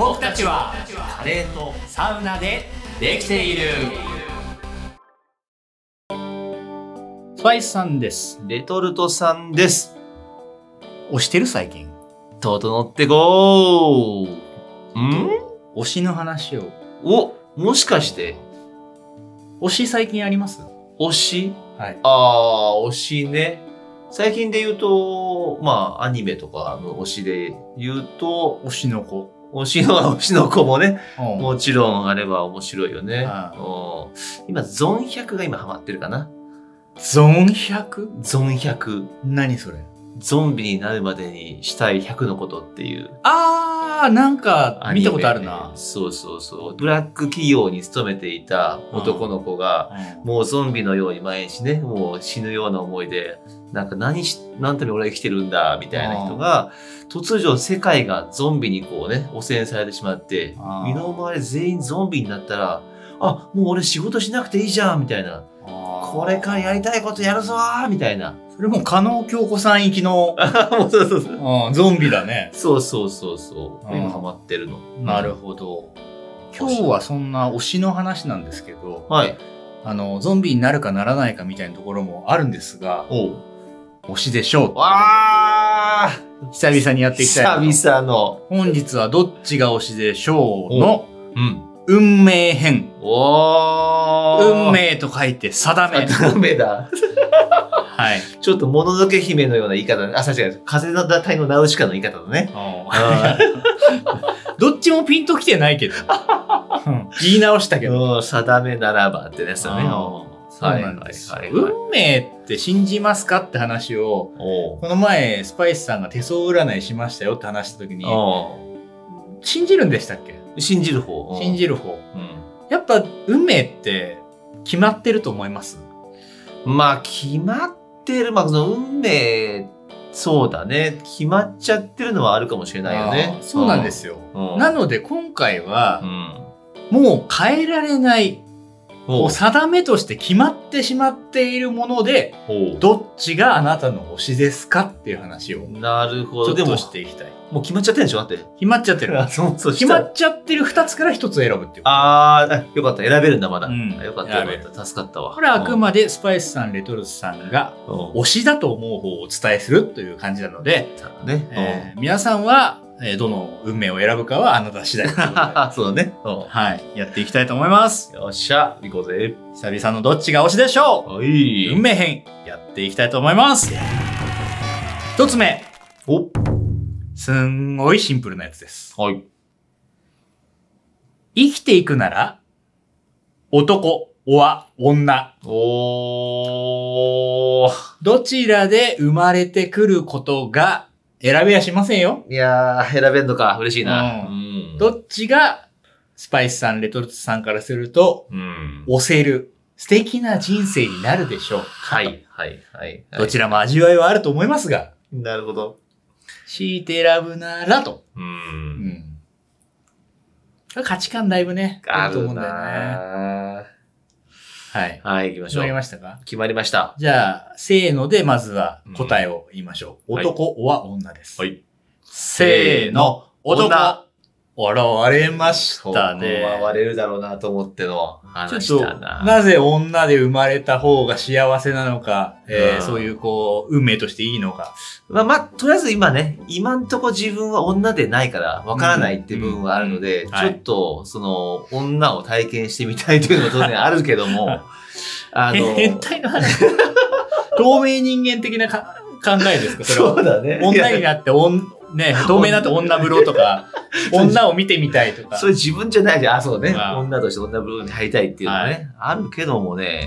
僕たちはカレーとサウナでできている。スパイスさんです。 レトルトさんです。 推してる最近。 整ってこー。 推しの話を。 もしかして推し最近あります？ 推し？ はい。 推しね。最近で言うと、アニメとかの推しで言うと、 推しの子。 推しの子もね、もちろんあれば面白いよね。今、ゾン100が今ハマってるかな。 ゾン 100？ ゾン100。 何それ？ ゾンビになるまでにしたい100のことっていう。 なんか見たことあるな。 そうそうそう。ブラック企業に勤めていた男の子が、もうゾンビのように毎日ね、もう死ぬような思いで、なんか何ために俺は生きてるんだ、みたいな人が、突如世界がゾンビにこうね、汚染されてしまって、身の回り全員ゾンビになったら、もう俺仕事しなくていいじゃん、みたいな。これからやりたいことやるぞーみたいな。 それも加納京子さん行きのそうゾンビだね。 そう。今ハマってるの。 なるほど。今日はそんな推しの話なんですけど、 はい。 ゾンビになるかならないかみたいなところもあるんですが、推しでしょう。久々にやっていきたい。 久々の。 本日はどっちが推しでしょうの、運命編。運命と書いて定め。 定めだ。 はい。 ちょっともののけ姫のような言い方ね。違う。風の隊のナウシカの言い方だね。 どっちもピンときてないけど。言い直したけど。 定めならばってやつだね。 そうなんです。運命って信じますかって話を、この前、スパイスさんが手相占いしましたよって話した時に、信じるんでしたっけ？ 信じる方。 信じる方。やっぱ運命って決まってると思います？ 決まってる。その運命、そうだね。決まっちゃってるのはあるかもしれないよね。 そうなんですよ。なので今回は、もう変えられない、定めとして決まってしまっているもので、どっちがあなたの推しですかっていう話を。 なるほど。 ちょっとしていきたい。 もう決まっちゃってるんでしょ？だって。 決まっちゃってる。決まっちゃってる2つから1つ選ぶっていう。よかった。選べるんだ、まだ。よかった。助かったわ。 これはあくまでスパイスさん、レトルトさんが推しだと思う方をお伝えするという感じなので、皆さんはどの運命を選ぶかはあなた次第。 そうだね。 はい。やっていきたいと思います。 よっしゃ、行こうぜ。 久々のどっちが推しでしょう？運命編、やっていきたいと思います。1つ目。すんごいシンプルなやつです。生きていくなら、男は女。どちらで生まれてくることが選べやしませんよ。 いやー、選べんのか。嬉しいな。 どっちが、スパイスさん、レトルトさんからすると、推せる、素敵な人生になるでしょう。 はい。 どちらも味わいはあると思いますが。 なるほど。 強いて選ぶならと。価値観だいぶね、あると思うんだよね。はい。行きましょう。決まりましたか？ 決まりました。 じゃあ、せーのでまずは答えを言いましょう。男は女です。せーの、男。現れましたね。 割れるだろうなと思っての話だな。 なぜ女で生まれた方が幸せなのか、そういう運命としていいのか。 とりあえず今んとこ自分は女でないからわからないっていう部分はあるので、ちょっとその女を体験してみたいというのは当然あるけども、 変態の話。透明人間的な考えですか？それは。 そうだね。 女になって透明になって女風呂とか、女を見てみたいとか。 それ自分じゃないじゃん。そうね。女として女風呂に入りたいっていうのはね、あるけどもね、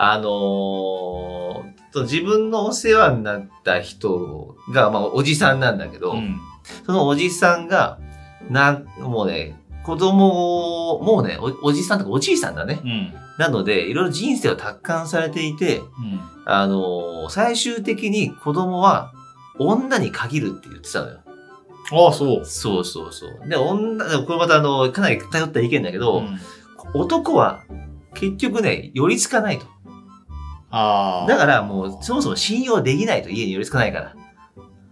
自分のお世話になった人が、おじさんなんだけど、そのおじさんが、もうね、子供を、もうね、おじさんとかおじいさんだね。なので、いろいろ人生を達観されていて、最終的に子供は女に限るって言ってたのよ。 そう。 そう。で、これまたかなり偏った意見だけど、男は結局ね、寄りつかないと。だからもう、そもそも信用できないと、家に寄りつかないから。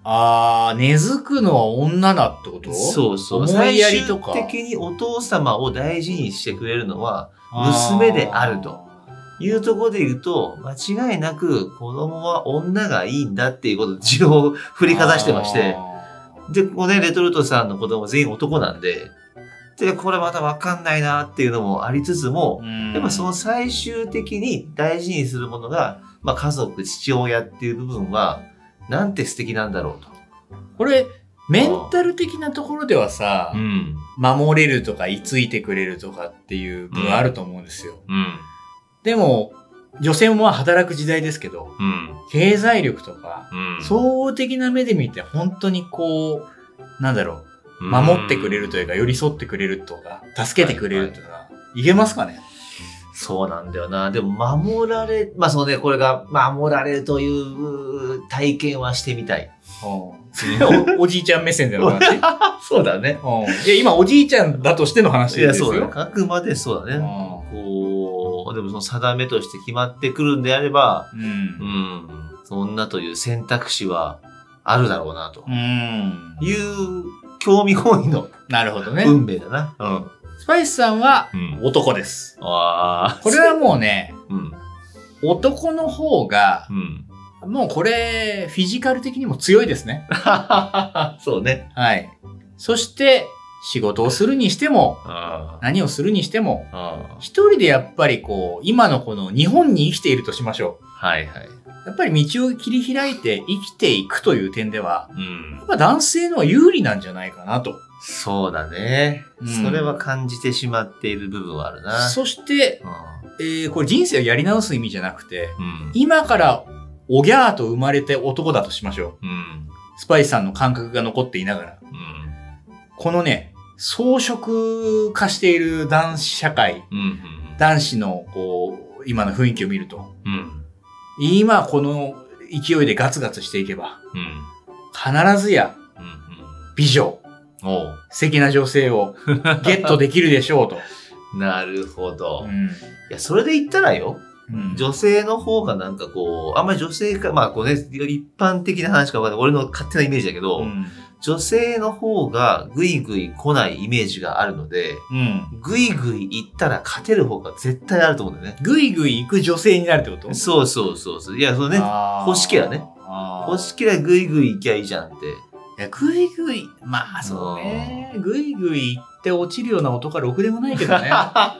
根付くのは女だってこと？ そうそう。 思いやりとか。 最終的にお父様を大事にしてくれるのは娘であるというところで言うと、間違いなく子供は女がいいんだっていうことを一応振りかざしてまして、で、ここね、レトルトさんの子供全員男なんで、で、これまたわかんないなっていうのもありつつも、やっぱその最終的に大事にするものが、家族、父親っていう部分は、なんて素敵なんだろうと。 これ、メンタル的なところではさ、守れるとか、居ついてくれるとかっていう部分あると思うんですよ。でも、女性も働く時代ですけど、経済力とか、総合的な目で見て本当にこう、守ってくれるというか、寄り添ってくれるとか、助けてくれるとか、いけますかね？ そうなんだよな。でも守られ、そうね、これが守られるという体験はしてみたい。 おじいちゃん目線での話そうだね。 いや、今おじいちゃんだとしての話ですよ。 いや、そうだ。あくまでそうだね。でもその定めとして決まってくるんであれば、女という選択肢はあるだろうな、という興味本位の運命だな。 スパイスさんは男です。これはもうね、男の方が、もうこれ、フィジカル的にも強いですね。 そうね。 はい。そして、仕事をするにしても、何をするにしても、一人でやっぱり今のこの日本に生きているとしましょう。 はいはい。 やっぱり道を切り開いて生きていくという点では、やっぱ男性の方が有利なんじゃないかなと。 そうだね。それは感じてしまっている部分はあるな。 そして、これ人生をやり直す意味じゃなくて、今からおぎゃーと生まれて男だとしましょう。スパイスさんの感覚が残っていながら。このね、装飾化している男子社会、男子の今の雰囲気を見ると、今この勢いでガツガツしていけば、必ずや美女、素敵な女性をゲットできるでしょうと。 なるほど。いや、それで言ったらよ、女性の方があんまり女性か、一般的な話かわかんない。俺の勝手なイメージだけど、女性の方がぐいぐい来ないイメージがあるので、ぐいぐい行ったら勝てる方が絶対あると思うんだよね。 ぐいぐい行く女性になるってこと？ そうそうそう。いや、そのね、欲しけりゃね。欲しけりゃぐいぐい行きゃいいじゃんって。 いや、ぐいぐい、そうね。ぐいぐい行って落ちるような男はろくでもないけどね。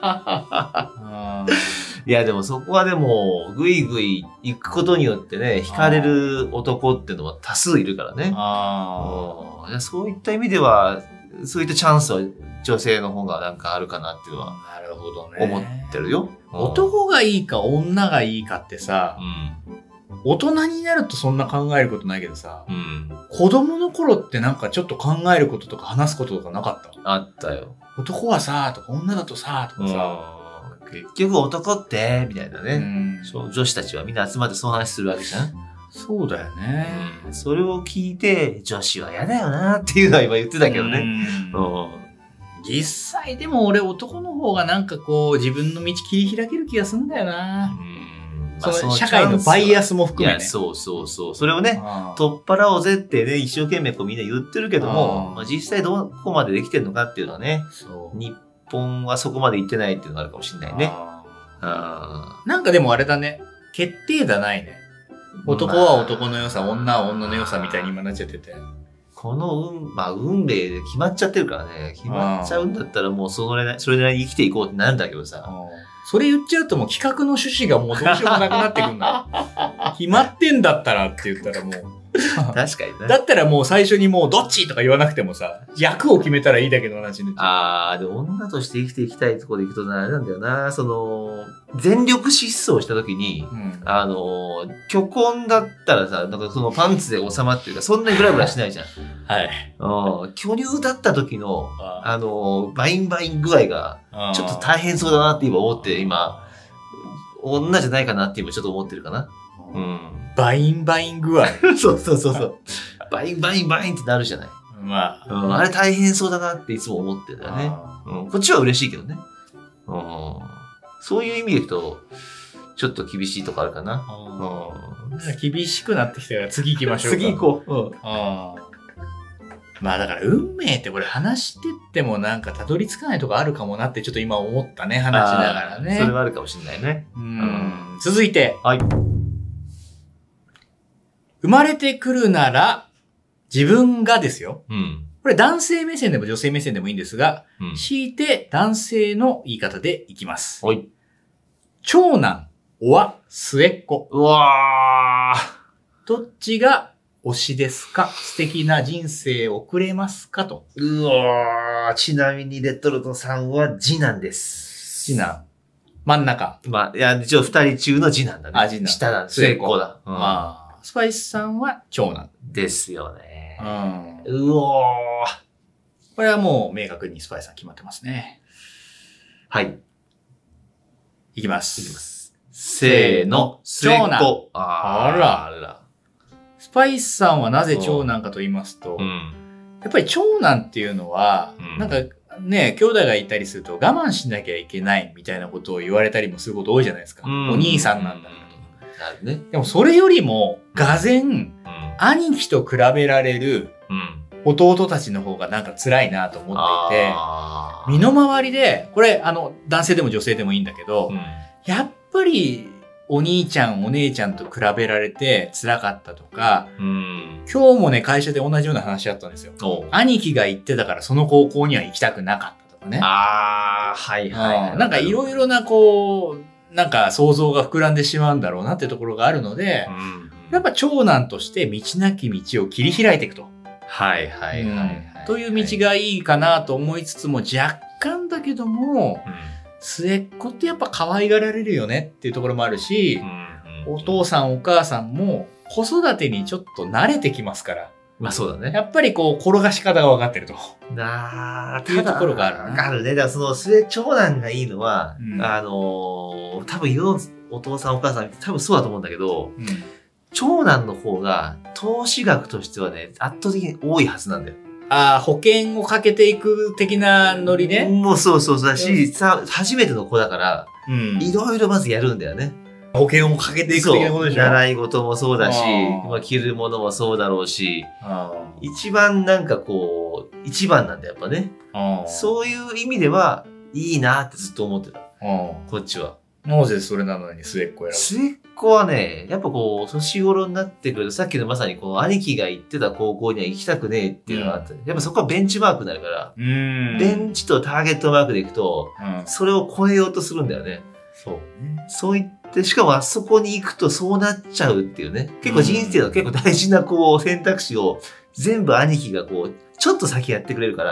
いや、でもそこはでも、ぐいぐい行くことによってね、惹かれる男っていうのは多数いるからね。そういった意味では、そういったチャンスは女性の方があるかなっていうのは、 なるほどね。 思ってるよ。 男がいいか女がいいかってさ、大人になるとそんな考えることないけどさ、子供の頃ってちょっと考えることとか話すこととかなかった？ あったよ。 男はさ、とか女だとさ、とかさ、 結局男って、みたいなね。女子たちはみんな集まってその話するわけじゃん。 そうだよね。 それを聞いて、女子は嫌だよなっていうのは今言ってたけどね。 実際でも俺男の方が自分の道切り開ける気がするんだよな。その社会のバイアスも含めね。 そう。それをね、取っ払おうぜってね、一生懸命みんな言ってるけども、実際どこまでできてるのかっていうのはね、日本はそこまで行ってないっていうのがあるかもしれないね。 でもあれだね、決定打ないね。男は男の良さ、女は女の良さみたいに今なっちゃってて。 この運命で決まっちゃってるからね。決まっちゃうんだったらもうそれなりに生きていこうってなるんだけどさ。 それ言っちゃうともう企画の趣旨がもうどうしようもなくなってくるんだ。決まってんだったらって言ったらもう。 確かにね。 だったらもう最初にもうどっちとか言わなくてもさ、役を決めたらいいだけの話になっちゃう。 でも女として生きていきたいところでいくとあれなんだよな。全力疾走した時に、虚婚だったらさ、そのパンツで収まってるから、そんなにグラグラしないじゃん。 はい。 巨乳だった時の、バインバイン具合が、ちょっと大変そうだなって今思って、女じゃないかなって今ちょっと思ってるかな。 バインバイン具合。 そう。バインバインバインってなるじゃない。あれ大変そうだなっていつも思ってるんだよね。こっちは嬉しいけどね。そういう意味で言うと、 ちょっと厳しいとこあるかな。 厳しくなってきたから次行きましょうか。 次行こう。 まあだから運命ってこれ話してってもなんかたどり着かないとこあるかもなってちょっと今思ったね、話しながらね。 それはあるかもしれないね。 続いて。 はい。 生まれてくるなら自分がですよ。これ男性目線でも女性目線でもいいんですが、強いて男性の言い方でいきます。 はい。 長男、おわ、末っ子。 うわー。 どっちが推しですか？素敵な人生を送れますかと。 うわー。ちなみにレトルトさんは次男です。 次男。真ん中。 まあ、いや、一応二人中の次男だね。 次男。 下だ。末っ子だ。 スパイスさんは長男。 ですよね。 うおー。これはもう明確にスパイスさん決まってますね。 はい。 いきます。 せーの。 長男。 あら。 スパイスさんはなぜ長男かと言いますと、やっぱり長男っていうのは、なんかね、兄弟がいたりすると我慢しなきゃいけないみたいなことを言われたりもすること多いじゃないですか。お兄さんなんだからと。ね、でもそれよりも、がぜん、兄貴と比べられる弟たちの方がなんか辛いなと思っていて、身の回りで、これ男性でも女性でもいいんだけど、やっぱりお兄ちゃんお姉ちゃんと比べられて辛かったとか、今日もね会社で同じような話あったんですよ。兄貴が行ってたからその高校には行きたくなかったとかね。なんかいろいろななんか想像が膨らんでしまうんだろうなってところがあるので、やっぱ長男として道なき道を切り開いていくと。という道がいいかなと思いつつも、若干だけども、末っ子ってやっぱ可愛がられるよねっていうところもあるし、お父さんお母さんも子育てにちょっと慣れてきますから。 まあそうだね。 やっぱり転がし方が分かってると。いうところがあるな。 あるね。だからその長男がいいのは、多分世のお父さんお母さん多分そうだと思うんだけど、長男の方が投資額としてはね、圧倒的に多いはずなんだよ。 保険をかけていく的なノリね。 もうそうだし、初めての子だから、いろいろまずやるんだよね。 保険をかけていく的なことでしょ。 習い事もそうだし、着るものもそうだろうし、一番なんか一番なんだよ、やっぱね。そういう意味では、いいなってずっと思ってた。こっちは。 なぜそれなのに末っ子選ぶ？ 末っ子はね、やっぱ年頃になってくると、さっきのまさに兄貴が行ってた高校には行きたくねえっていうのがあって、やっぱそこはベンチマークになるから、ベンチとターゲットマークでいくと、それを超えようとするんだよね。そう言って、しかもあそこに行くとそうなっちゃうっていうね。結構人生の結構大事な選択肢を全部兄貴がちょっと先やってくれるから、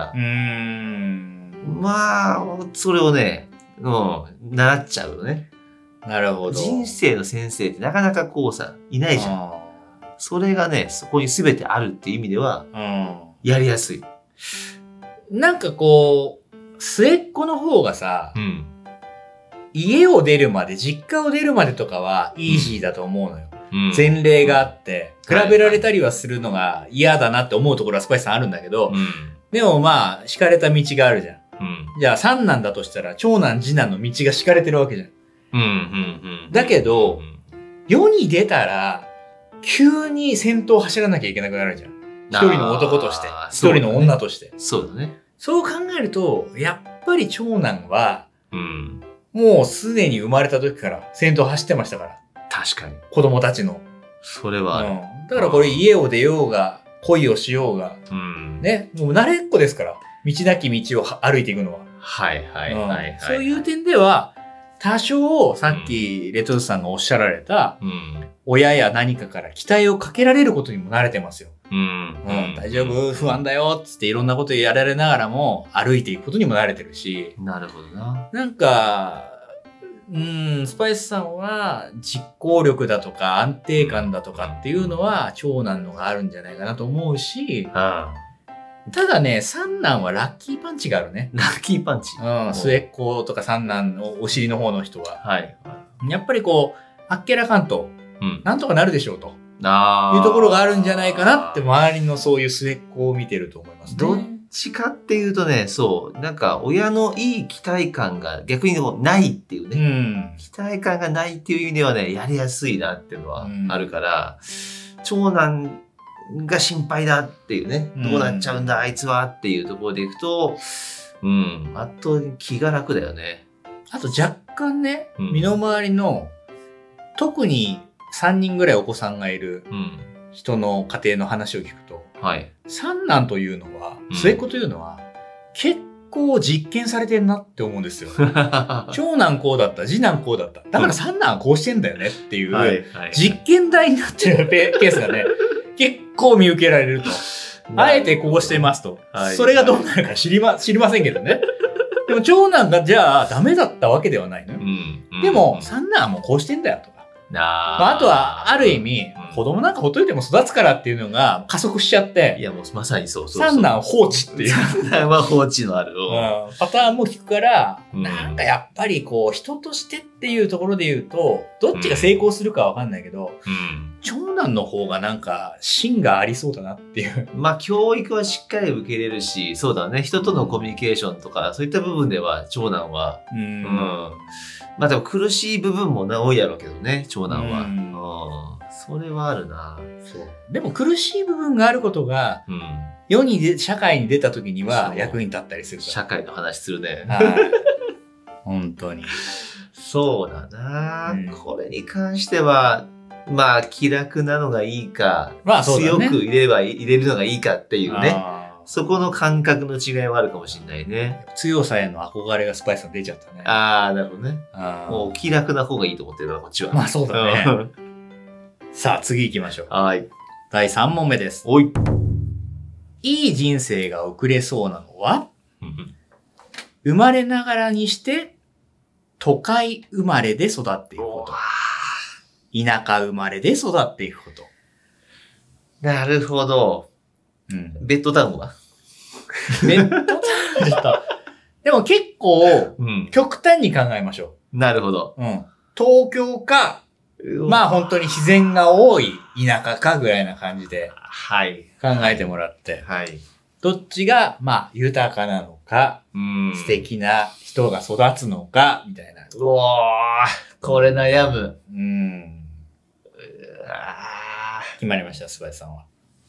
まあ、それをね、習っちゃうよね。 なるほど。 人生の先生ってなかなかいないじゃん。それがね、そこに全てあるっていう意味では、やりやすい。 なんか末っ子の方がさ、家を出るまで、実家を出るまでとかはイージーだと思うのよ。前例があって、比べられたりはするのが嫌だなって思うところはスパイスさんあるんだけど、でもまあ、敷かれた道があるじゃん。じゃあ三男だとしたら長男次男の道が敷かれてるわけじゃん。だけど、世に出たら急に先頭走らなきゃいけなくなるじゃん。一人の男として、一人の女として。 そうだね。 そう考えると、やっぱり長男は、もうすでに生まれた時から先頭走ってましたから。 確かに。 子供たちの。 それはある。 だからこれ家を出ようが、恋をしようが、ね、もう慣れっこですから。道なき道を歩いていくのは。そういう点では、多少、さっきレトルトさんがおっしゃられた、親や何かから期待をかけられることにも慣れてますよ。大丈夫？不安だよつっていろんなことやられながらも歩いていくことにも慣れてるし。 なるほどな。 なんか、スパイスさんは実行力だとか安定感だとかっていうのは長男のがあるんじゃないかなと思うし、ただね、三男はラッキーパンチがあるね。 ラッキーパンチ。 末っ子とか三男のお尻の方の人は。やっぱりあっけらかんと、なんとかなるでしょうと。いうところがあるんじゃないかなって周りのそういう末っ子を見てると思いますね。 どっちかっていうとね、そう、なんか親のいい期待感が逆にないっていうね、期待感がないっていう意味ではね、やりやすいなっていうのはあるから、長男が心配だっていうね、どうなっちゃうんだ、あいつはっていうところでいくと、圧倒に気が楽だよね。 あと若干ね、身の回りの、特に3人ぐらいお子さんがいる人の家庭の話を聞くと、三男というのは、末っ子というのは、結構実験されてるなって思うんですよ。長男こうだった、次男こうだった。だから三男はこうしてんだよねっていう、実験台になってるケースがね、結構見受けられると。あえてこうしてますと。それがどうなるか知りませんけどね。でも長男がじゃあダメだったわけではないのよ。でも三男はもうこうしてんだよとか。あとはある意味、子供なんかほっといても育つからっていうのが加速しちゃって。 いやもうまさにそう。 三男放置っていう。 三男は放置のある。 パターンも聞くから、なんかやっぱりこう人としてっていうところで言うと、どっちが成功するかわかんないけど、長男の方がなんか芯がありそうだなっていう。 まあ教育はしっかり受けれるし、そうだね、人とのコミュニケーションとか、そういった部分では長男は、まあでも苦しい部分も多いやろうけどね、長男は。それはあるな。 そう。でも苦しい部分があることが、社会に出た時には役に立ったりするから。 社会の話するね。 本当に。 そうだな、これに関しては、まあ気楽なのがいいか、強く入れるのがいいかっていうね。そこの感覚の違いはあるかもしれないね。 強さへの憧れがスパイスが出ちゃったね。 なるほどね。もう気楽な方がいいと思ってるから、こっちは。 まあそうだね。さあ次行きましょう。第3問目です。いい人生が送れそうなのは生まれながらにして都会生まれで育っていくこと。田舎生まれで育っていくこと。 なるほど。ベッドタウンはベッドタウンでも結構、極端に考えましょう。なるほど。 東京か、まあ本当に自然が多い田舎かぐらいな感じで、考えてもらって、どっちが、まあ豊かなのか、素敵な人が育つのか、みたいな。 これ悩む。 決まりました、スパイスさんは。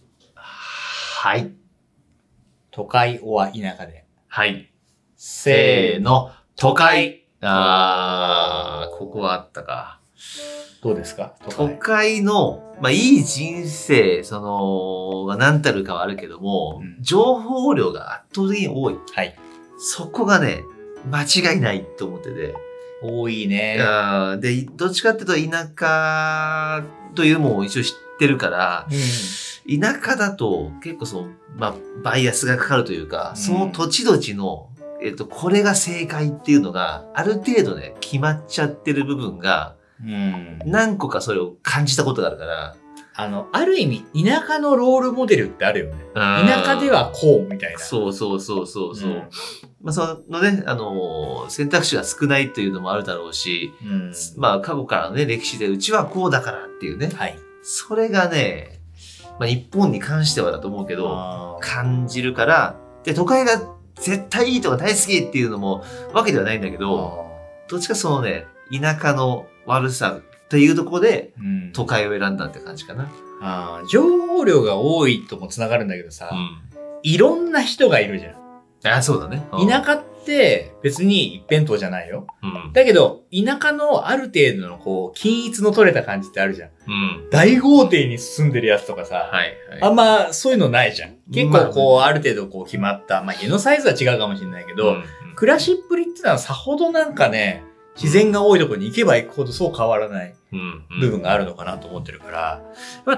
都会は田舎で。せーの、 都会。ここはあったか。 どうですか？ 都会の、まあ、いい人生、何たるかはあるけども、情報量が圧倒的に多い。そこがね、間違いないと思ってて。 多いね。 で、どっちかっていうと田舎というのも一応知ってるから、田舎だと結構まあ、バイアスがかかるというか、その土地土地の、これが正解っていうのが、ある程度ね、決まっちゃってる部分が、何個かそれを感じたことがあるから。 ある意味、田舎のロールモデルってあるよね。田舎ではこう、みたいな。 そう。まあ、そのね、選択肢が少ないというのもあるだろうし、まあ、過去からのね、歴史でうちはこうだからっていうね。それがね、まあ、日本に関してはだと思うけど、感じるから、で、都会が絶対いいとか大好きっていうのもわけではないんだけど、どっちかそのね、田舎の悪さっていうところで、都会を選んだって感じかな。 情報量が多いともつながるんだけどさ、いろんな人がいるじゃん。 そうだね。 田舎って別に一辺倒じゃないよ。だけど、田舎のある程度の均一の取れた感じってあるじゃん。大豪邸に住んでるやつとかさ、あんまそういうのないじゃん。結構ある程度決まった、まあ家のサイズは違うかもしれないけど、暮らしっぷりってのはさほどなんかね、自然が多いところに行けば行くほどそう変わらない部分があるのかなと思ってるから、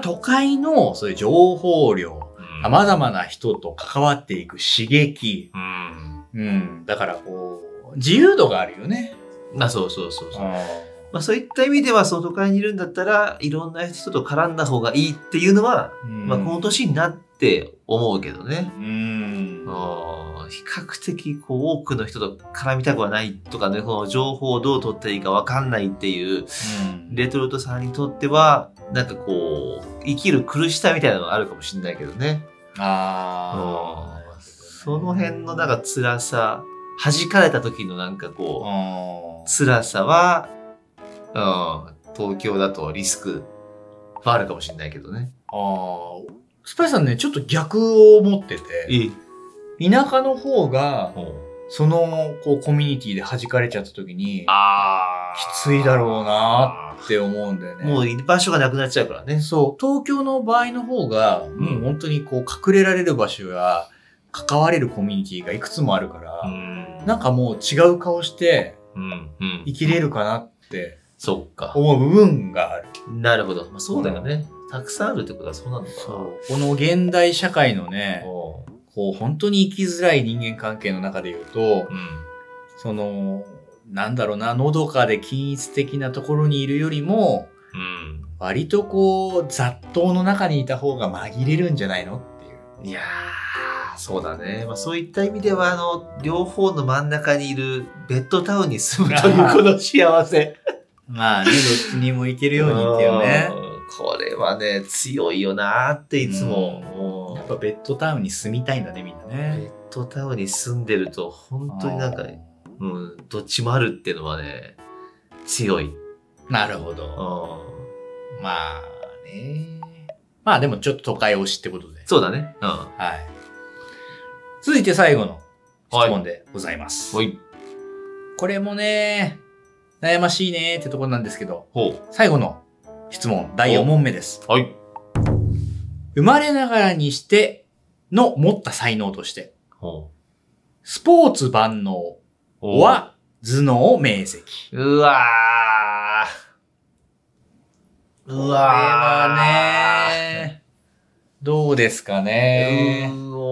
都会のそういう情報量、様々な人と関わっていく刺激、だから自由度があるよね。 そう。まあそういった意味では、その都会にいるんだったら、いろんな人と絡んだ方がいいっていうのは、まあこの年になって思うけどね。比較的多くの人と絡みたくはないとかね、この情報をどう取っていいか分かんないっていう、レトルトさんにとっては、なんか生きる苦しさみたいなのがあるかもしれないけどね。 その辺のなんか辛さ、弾かれた時のなんかこう、辛さは、東京だとリスクはあるかもしれないけどね。 スパイさんね、ちょっと逆を持ってて、田舎の方が、そのこうコミュニティで弾かれちゃった時に、きついだろうなって思うんだよね。 もう居場所がなくなっちゃうからね。 そう、東京の場合の方が、もう本当にこう隠れられる場所や、関われるコミュニティがいくつもあるから、なんかもう違う顔して、生きれるかなってそっか。 思う部分がある。 なるほど。まあ、そうだよね。たくさんあるってことはそうなのかな。 この現代社会のね、こう本当に生きづらい人間関係の中で言うと、その、なんだろうな、のどかで均一的なところにいるよりも、割とこう雑踏の中にいた方が紛れるんじゃないのっていう。 いやー、そうだね。まあそういった意味では、両方の真ん中にいるベッドタウンに住むというこの幸せ。 まあね、どっちにも行けるようにっていうね。 これはね、強いよなーっていつも。 やっぱベッドタウンに住みたいんだね、みんなね。 ベッドタウンに住んでると、本当になんか、どっちもあるっていうのはね、強い。 なるほど。まあね。まあでもちょっと都会推しってことで。 そうだね。 はい。続いて最後の質問でございます。 はい。 これもね、悩ましいねってところなんですけど、最後の質問、第4問目です。 はい。 生まれながらにしての持った才能として、スポーツ万能は頭脳明晰。 うわー。 これはね、どうですかね。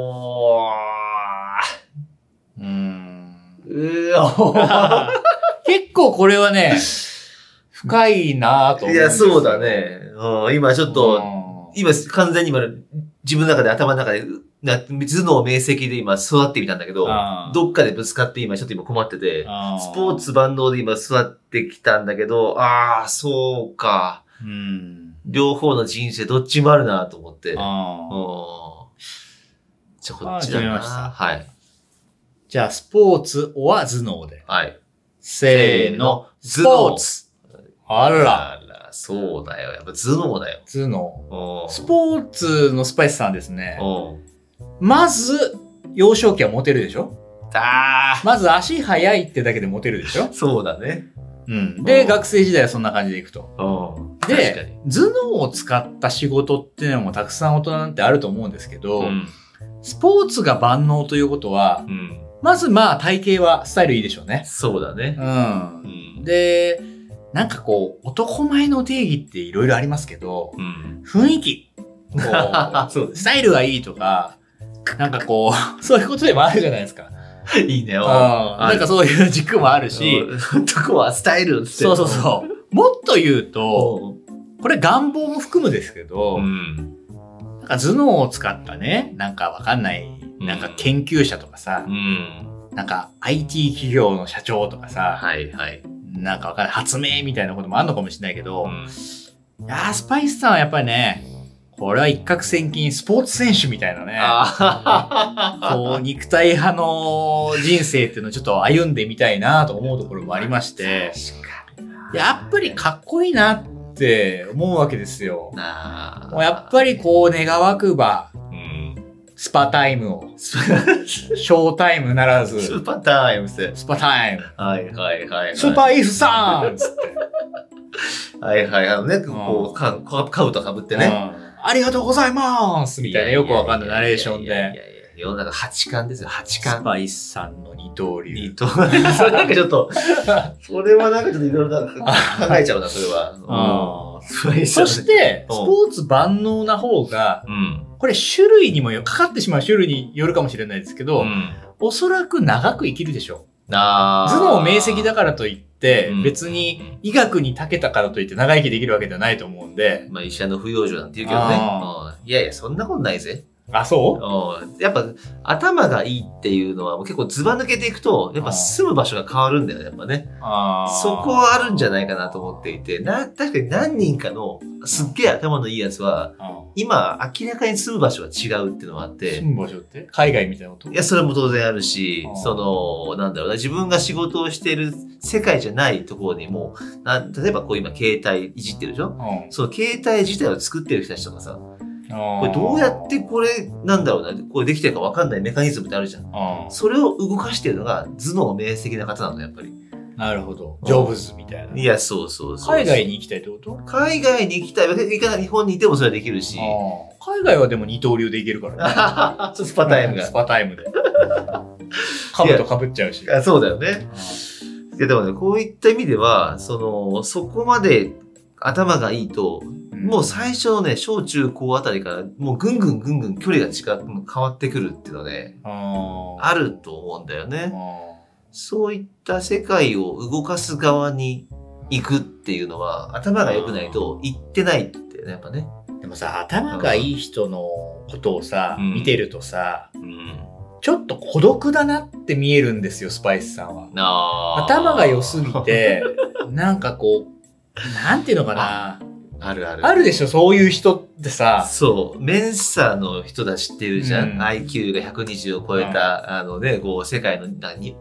結構これはね、深いなぁと思うんですよ。 いや、そうだね。今ちょっと、今完全に自分の中で頭の中で、頭脳明晰で今育ってみたんだけど、どっかでぶつかってちょっと今困ってて、スポーツ万能で今育ってきたんだけど、そうか。両方の人生どっちもあるなと思って。じゃあこっちだな。はい。 じゃあスポーツは頭脳で。 はい。 せーの、スポーツ。あら。 そうだよ。やっぱ頭脳だよ。 頭脳。スポーツのスパイスさんですね。まず、幼少期はモテるでしょ？まず足速いってだけでモテるでしょ？ そうだね。 で、学生時代はそんな感じでいくと。で、頭脳を使った仕事っていうのもたくさん大人なんてあると思うんですけど、スポーツが万能ということは、まずまあ体型はスタイルいいでしょうね。 そうだね。 で、なんかこう、男前の定義っていろいろありますけど、雰囲気、スタイルがいいとか、なんかこう、そういうことでもあるじゃないですか。 いいね。 なんかそういう軸もあるし、 男はスタイルって。 そうそうそう。もっと言うと、これ願望も含むですけど、なんか頭脳を使ったね、なんかわかんない、なんか研究者とかさ、なんか IT 企業の社長とかさ、なんかわかんない発明みたいなこともあるのかもしれないけど、いやー、スパイスさんはやっぱりね、これは一攫千金スポーツ選手みたいなね、こう肉体派の人生っていうのをちょっと歩んでみたいなと思うところもありまして、やっぱりかっこいいなって思うわけですよ。もうやっぱりこう願わくば、スパタイムを。ショータイムならず。 スパタイムス。 スパタイム。スパイスさんつって。 ね、こう、かぶとかぶってね。 ありがとうございますみたいなよくわかんないナレーションで。 世の中八冠ですよ、八冠。 スパイスさんの二刀流。 なんかちょっと、それはなんかちょっといろいろ考えちゃうな、それは。 そして、スポーツ万能な方が、これ種類にもかかってしまう種類によるかもしれないですけど、おそらく長く生きるでしょう。頭脳明晰だからといって、別に医学に長けたからといって長生きできるわけではないと思うんで。 まあ医者の不養生なんて言うけどね。いやいや、そんなことないぜ。 あ、そうやっぱ頭がいいっていうのは結構ずば抜けていくと、やっぱ住む場所が変わるんだよね、やっぱね。そこはあるんじゃないかなと思っていて、確かに何人かのすっげえ頭のいいやつは、今明らかに住む場所が違うっていうのがあって。 住む場所って海外みたいなこと？ いや、それも当然あるし、なんだろうな、自分が仕事をしている世界じゃないところにも、例えばこう今携帯いじってるでしょ？その携帯自体を作ってる人たちとかさ、これどうやってこれなんだろうな、これできてるか分かんないメカニズムってあるじゃん。それを動かしてるのが頭脳明晰な方なの、やっぱり。 なるほど。ジョブズみたいな。 いや、そうそうそう。 海外に行きたいってこと？海外に行きたい。日本にいてもそれはできるし。 海外はでも二刀流でいけるからね。 スパタイムが。 スパタイムで。兜かぶっちゃうし。 そうだよね。いや、でもね、こういった意味では、そこまで頭がいいと、もう最初のね、小中高あたりから、もうぐんぐん距離が変わってくるっていうのね、あると思うんだよね。そういった世界を動かす側に行くっていうのは、頭が良くないと行ってないってね、やっぱね。 でもさ、頭がいい人のことをさ、見てるとさ、ちょっと孤独だなって見えるんですよ、スパイスさんは。頭が良すぎて、なんかこう、なんていうのかな。 ある。 あるでしょ、そういう人ってさ。 そう。メンサの人たちっているじゃん。IQ が120を超えた、こう、世界の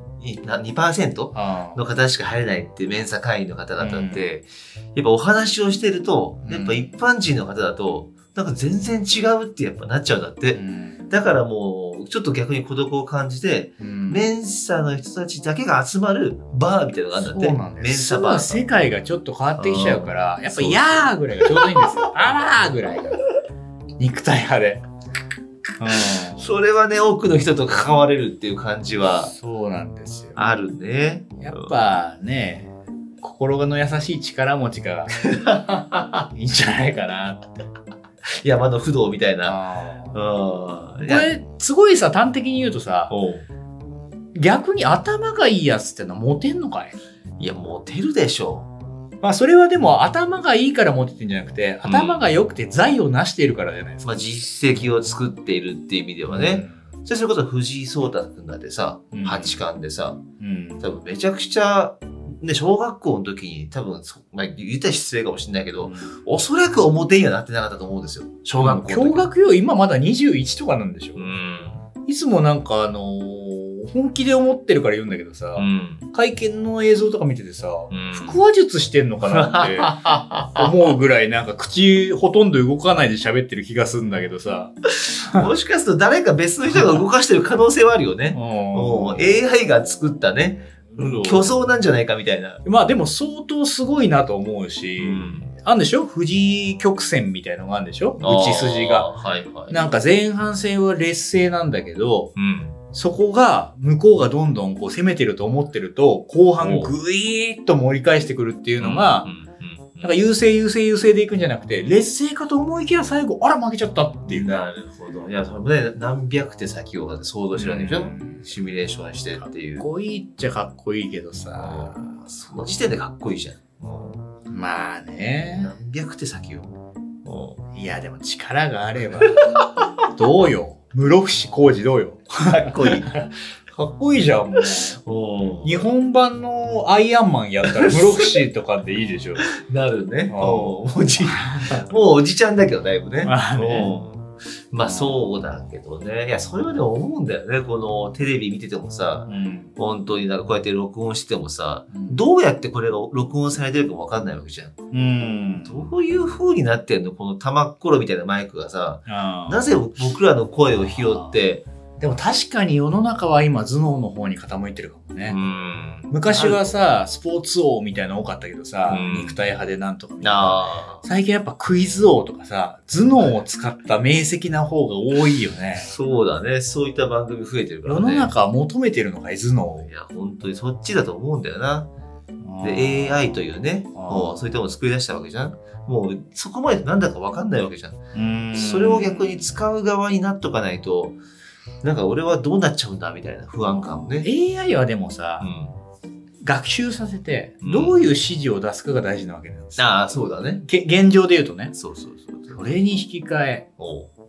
2% の方しか入れないっていうメンサ会員の方々って、やっぱお話をしてると、やっぱ一般人の方だと、なんか全然違うってやっぱなっちゃうんだって。だからもう、ちょっと逆に孤独を感じて、メンサの人たちだけが集まるバーみたいなのがあるんだって。そうなんです。メンサバー。 世界がちょっと変わってきちゃうから、やっぱやーぐらいがちょうどいいんですよ。あらーぐらいが。肉体派で。 それはね、多くの人と関われるっていう感じは。 そうなんですよ。 あるね。 やっぱね、心の優しい力持ちがいいんじゃないかなって。 山の不動みたいな。 これ、すごいさ、端的に言うとさ、逆に頭がいいやつってのはモテんのかい？ いや、モテるでしょ。 まあ、それはでも頭がいいからモテてんじゃなくて、頭が良くて財を成しているからじゃないですか。 まあ、実績を作っているっていう意味ではね。それこそ藤井聡太君だってさ、八冠でさ、多分めちゃくちゃ、で、小学校の時に多分、まあ、言ったら失礼かもしれないけど、おそらく表にはなってなかったと思うんですよ。小学校の時。 驚愕よ、今まだ21とかなんでしょ。いつもなんか本気で思ってるから言うんだけどさ、会見の映像とか見ててさ、腹話術してんのかなって思うぐらいなんか口ほとんど動かないで喋ってる気がするんだけどさ。 もしかすると誰か別の人が動かしてる可能性はあるよね。AI が作ったね、虚像なんじゃないかみたいな。 まあでも相当すごいなと思うし、あんでしょ？藤井曲線みたいのがあるんでしょ？打ち筋が。なんか前半戦は劣勢なんだけど、そこが、向こうがどんどんこう攻めてると思ってると、後半ぐいーっと盛り返してくるっていうのが、なんか優勢でいくんじゃなくて、劣勢かと思いきや最後、あら負けちゃったっていう。 なるほど。いや、それね、何百手先を想像しないでしょ？シミュレーションしてっていう。 かっこいいっちゃかっこいいけどさ。 その時点でかっこいいじゃん。 まあね。 何百手先を。 いや、でも力があれば。どうよ。室伏浩二どうよ。 かっこいい。 かっこいいじゃん、もう。日本版のアイアンマンやったら室伏とかでいいでしょ。 なるね。もうおじちゃんだけど、だいぶね。まあそうだけどね。いや、それはでも思うんだよね。このテレビ見ててもさ、本当になんかこうやって録音してもさ、どうやってこれが録音されてるかもわかんないわけじゃん。どういう風になってんの？この玉っころみたいなマイクがさ、なぜ僕らの声を拾って、 でも確かに世の中は今頭脳の方に傾いてるかもね。昔はさ、スポーツ王みたいなの多かったけどさ、肉体派でなんとかみたいな。最近やっぱクイズ王とかさ、頭脳を使った明晰な方が多いよね。 そうだね。そういった番組増えてるからね。 世の中は求めてるのかい、頭脳を。 いや、本当にそっちだと思うんだよな。で、AI というね、もうそういったものを作り出したわけじゃん。もうそこまでなんだかわかんないわけじゃん。それを逆に使う側になっとかないと、なんか俺はどうなっちゃうんだみたいな不安感ね。 AI はでもさ、学習させて、どういう指示を出すかが大事なわけなんですよ。 ああ、そうだね。 現状で言うとね。 そう。 それに引き換え、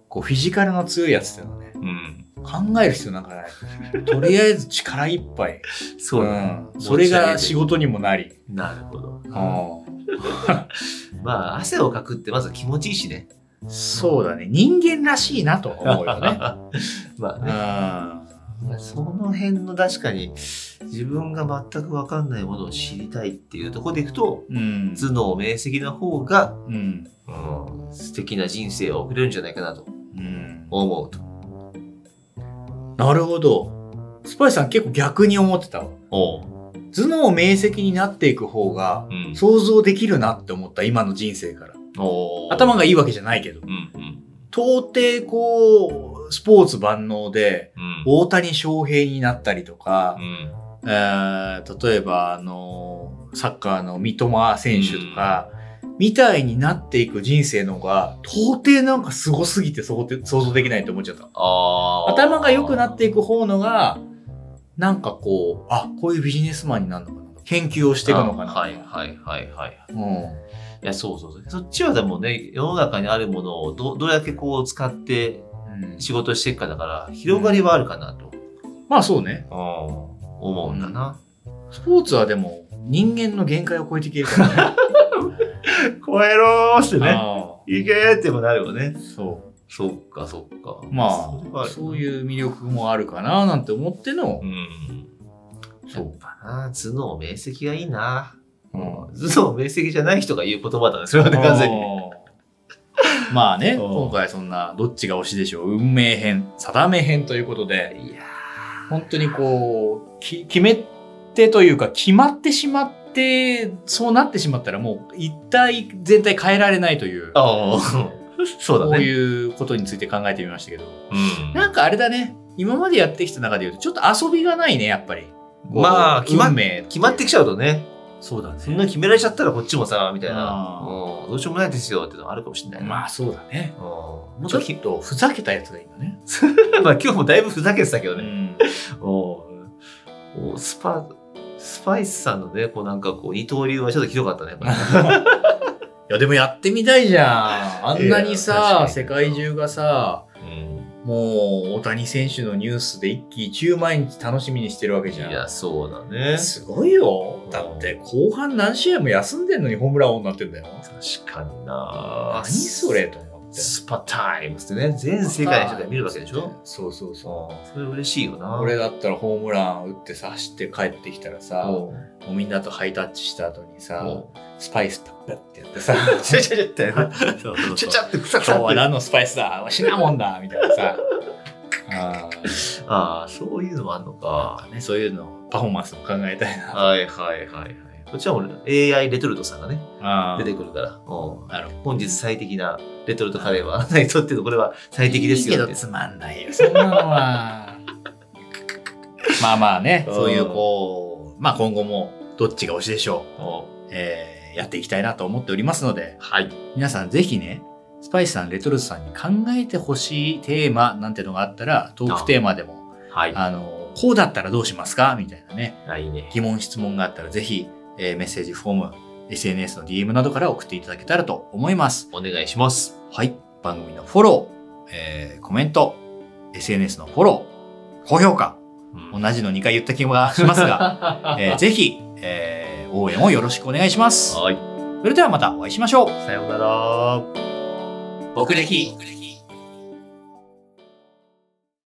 こうフィジカルの強いやつっていうのはね、考える必要なんかない。とりあえず力いっぱい。 そうだね。 それが仕事にもなり。 なるほど。まあ、汗をかくってまず気持ちいいしね。 そうだね。人間らしいなと思うよね。 まあね。その辺の確かに自分が全く分かんないものを知りたいっていうところでいくと、頭脳明晰な方が、素敵な人生を送れるんじゃないかなと思うと。 なるほど。スパイさん結構逆に思ってたわ。頭脳明晰になっていく方が想像できるなって思った、今の人生から。頭がいいわけじゃないけど。到底こう、スポーツ万能で、大谷翔平になったりとか、例えばサッカーの三笘選手とか、みたいになっていく人生の方が、到底なんかすごすぎて想像できないって思っちゃった。頭が良くなっていく方のが、なんかこう、こういうビジネスマンになるのかな。研究をしていくのかな。 はい。いや、そう。そっちはでもね、世の中にあるものをどれだけこう使って仕事していくかだから、広がりはあるかなと。 まあそうね。 思うんだな。 スポーツはでも、人間の限界を超えていけるからね。 超えろーってね。いけーってもなるよね。そっか。 まあ、そういう魅力もあるかななんて思っての。 そうかな。頭脳明晰がいいな。頭脳明晰じゃない人が言う言葉だね。それはね、完全に。 まあね、今回そんな、どっちが推しでしょう。運命編、定め編ということで、本当にこう、決め手というか、決まってしまって、そうなってしまったらもう一体全体変えられないという。 そうだね。 こういうことについて考えてみましたけど。なんかあれだね。今までやってきた中で言うと、ちょっと遊びがないね、やっぱり。 まあ、決まってきちゃうとね。 そうだね。 そんな決められちゃったらこっちもさ、みたいな。どうしようもないですよっていうのはあるかもしれない。 まあそうだね。ちょっとふざけたやつがいいんだね。 まあ今日もだいぶふざけてたけどね。スパイスさんのね、こうなんかこう二刀流はちょっとひどかったね。 いやでもやってみたいじゃん。あんなにさ、世界中がさ、もう大谷選手のニュースで一喜一憂毎日楽しみにしてるわけじゃん。 いや、そうだね。 すごいよ。だって後半何試合も休んでんのにホームラン王になってんだよ。 確かにな。 何それと思って。 スパタイムってね、全世界の人が見るわけでしょ。 そう。それ嬉しいよな。 俺だったらホームラン打ってさ、走って帰ってきたらさ、もうみんなとハイタッチした後にさ、スパイスタップってやってさ、 ちゃって臭今日は何のスパイスだ、シナモンだみたいなさ。 そういうのもあんのか。 そういうのパフォーマンスも考えたいな。 はい。こっちはもう AI レトルトさんがね、出てくるから、本日最適なレトルトカレーはあなたにとってのこれは最適ですよって。 いいけどつまんないよ、そんなのは。まあね、そういうこう、まあ今後もどっちが推しでしょう。やっていきたいなと思っておりますので、皆さんぜひね、スパイスさん、レトルトさんに考えてほしいテーマなんてのがあったら、トークテーマでも、こうだったらどうしますかみたいなね、疑問質問があったらぜひ、メッセージフォーム、SNS の DM などから送っていただけたらと思います。 お願いします。 はい。番組のフォロー、コメント、SNS のフォロー、高評価、同じの2回言った気がしますが、ぜひ、応援をよろしくお願いします。それではまたお会いしましょう。 さようなら。 僕歴